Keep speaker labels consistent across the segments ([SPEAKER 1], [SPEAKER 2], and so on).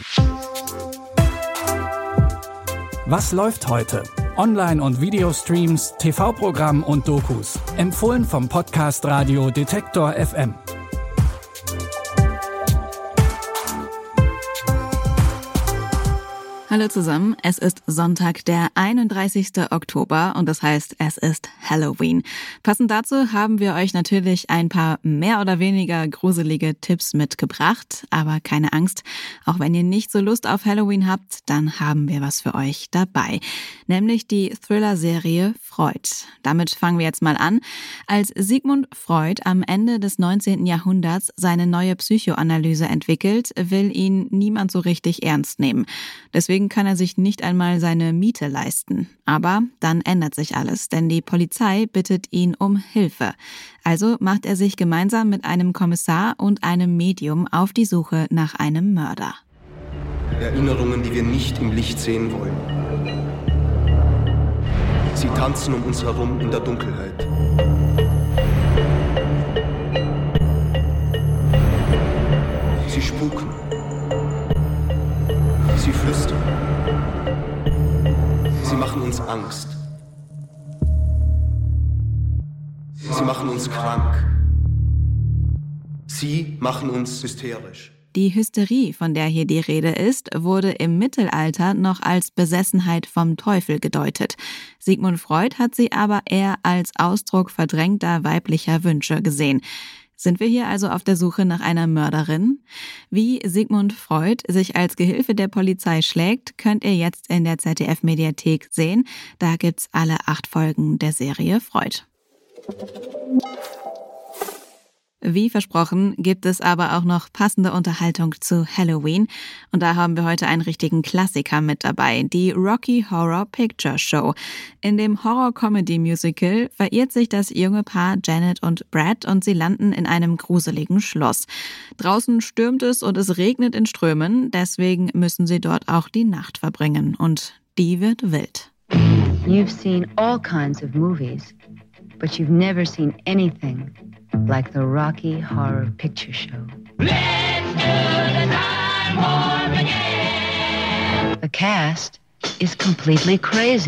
[SPEAKER 1] Was läuft heute? Online- und Videostreams, TV-Programm und Dokus. Empfohlen vom Podcast Radio Detektor FM.
[SPEAKER 2] Hallo zusammen, es ist Sonntag, der 31. Oktober und das heißt, es ist Halloween. Passend dazu haben wir euch natürlich ein paar mehr oder weniger gruselige Tipps mitgebracht, aber keine Angst, auch wenn ihr nicht so Lust auf Halloween habt, dann haben wir was für euch dabei, nämlich die Thriller-Serie Freud. Damit fangen wir jetzt mal an. Als Sigmund Freud am Ende des 19. Jahrhunderts seine neue Psychoanalyse entwickelt, will ihn niemand so richtig ernst nehmen. Deswegen kann er sich nicht einmal seine Miete leisten. Aber dann ändert sich alles, denn die Polizei bittet ihn um Hilfe. Also macht er sich gemeinsam mit einem Kommissar und einem Medium auf die Suche nach einem Mörder.
[SPEAKER 3] Erinnerungen, die wir nicht im Licht sehen wollen. Sie tanzen um uns herum in der Dunkelheit. Sie spuken. Sie flüstern. Sie machen uns Angst. Sie machen uns krank. Sie machen uns hysterisch.
[SPEAKER 2] Die Hysterie, von der hier die Rede ist, wurde im Mittelalter noch als Besessenheit vom Teufel gedeutet. Sigmund Freud hat sie aber eher als Ausdruck verdrängter weiblicher Wünsche gesehen. Sind wir hier also auf der Suche nach einer Mörderin? Wie Sigmund Freud sich als Gehilfe der Polizei schlägt, könnt ihr jetzt in der ZDF-Mediathek sehen. Da gibt's alle 8 Folgen der Serie Freud. Wie versprochen gibt es aber auch noch passende Unterhaltung zu Halloween. Und da haben wir heute einen richtigen Klassiker mit dabei, die Rocky Horror Picture Show. In dem Horror-Comedy-Musical verirrt sich das junge Paar Janet und Brad und sie landen in einem gruseligen Schloss. Draußen stürmt es und es regnet in Strömen, deswegen müssen sie dort auch die Nacht verbringen. Und die wird wild.
[SPEAKER 4] You've seen all kinds of movies, but you've never seen anything like the Rocky Horror Picture Show. Let's do the time warp again. The cast is completely crazy.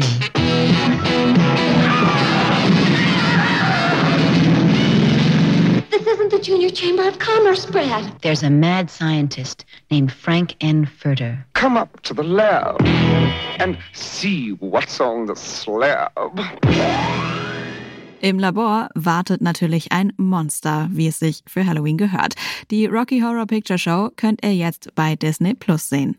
[SPEAKER 5] This isn't the Junior Chamber of Commerce, Brad.
[SPEAKER 4] There's a mad scientist named Frank N. Furter.
[SPEAKER 6] Come up to the lab and see what's on the slab.
[SPEAKER 2] Im Labor wartet natürlich ein Monster, wie es sich für Halloween gehört. Die Rocky Horror Picture Show könnt ihr jetzt bei Disney Plus sehen.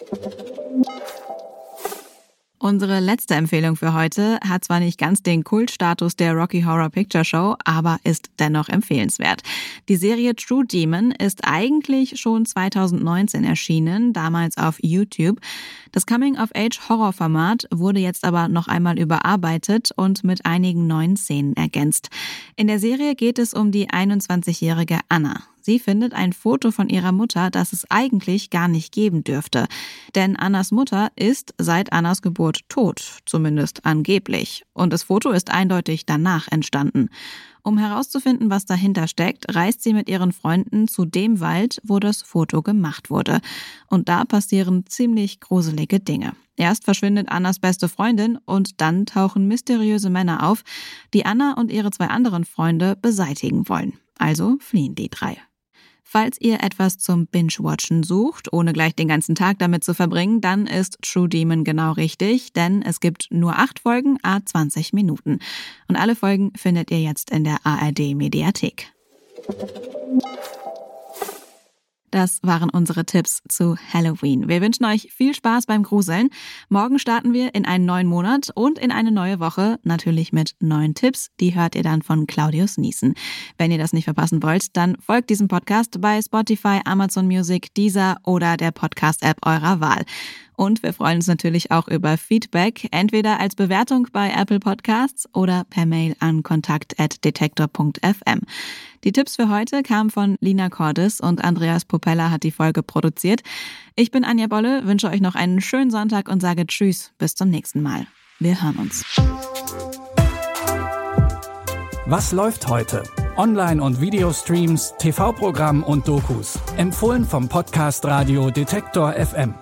[SPEAKER 2] Unsere letzte Empfehlung für heute hat zwar nicht ganz den Kultstatus der Rocky Horror Picture Show, aber ist dennoch empfehlenswert. Die Serie True Demon ist eigentlich schon 2019 erschienen, damals auf YouTube. Das Coming-of-Age-Horror-Format wurde jetzt aber noch einmal überarbeitet und mit einigen neuen Szenen ergänzt. In der Serie geht es um die 21-jährige Anna. Sie findet ein Foto von ihrer Mutter, das es eigentlich gar nicht geben dürfte. Denn Annas Mutter ist seit Annas Geburt tot, zumindest angeblich. Und das Foto ist eindeutig danach entstanden. Um herauszufinden, was dahinter steckt, reist sie mit ihren Freunden zu dem Wald, wo das Foto gemacht wurde. Und da passieren ziemlich gruselige Dinge. Erst verschwindet Annas beste Freundin und dann tauchen mysteriöse Männer auf, die Anna und ihre 2 anderen Freunde beseitigen wollen. Also fliehen die 3. Falls ihr etwas zum Binge-Watchen sucht, ohne gleich den ganzen Tag damit zu verbringen, dann ist True Demon genau richtig, denn es gibt nur 8 Folgen, à 20 Minuten. Und alle Folgen findet ihr jetzt in der ARD-Mediathek. Das waren unsere Tipps zu Halloween. Wir wünschen euch viel Spaß beim Gruseln. Morgen starten wir in einen neuen Monat und in eine neue Woche, natürlich mit neuen Tipps. Die hört ihr dann von Claudius Niesen. Wenn ihr das nicht verpassen wollt, dann folgt diesem Podcast bei Spotify, Amazon Music, Deezer oder der Podcast-App eurer Wahl. Und wir freuen uns natürlich auch über Feedback, entweder als Bewertung bei Apple Podcasts oder per Mail an kontakt@detektor.fm. Die Tipps für heute kamen von Lina Cordes und Andreas Popella hat die Folge produziert. Ich bin Anja Bolle, wünsche euch noch einen schönen Sonntag und sage Tschüss, bis zum nächsten Mal. Wir hören uns.
[SPEAKER 1] Was läuft heute? Online- und Videostreams, TV-Programm und Dokus. Empfohlen vom Podcast Radio Detektor FM.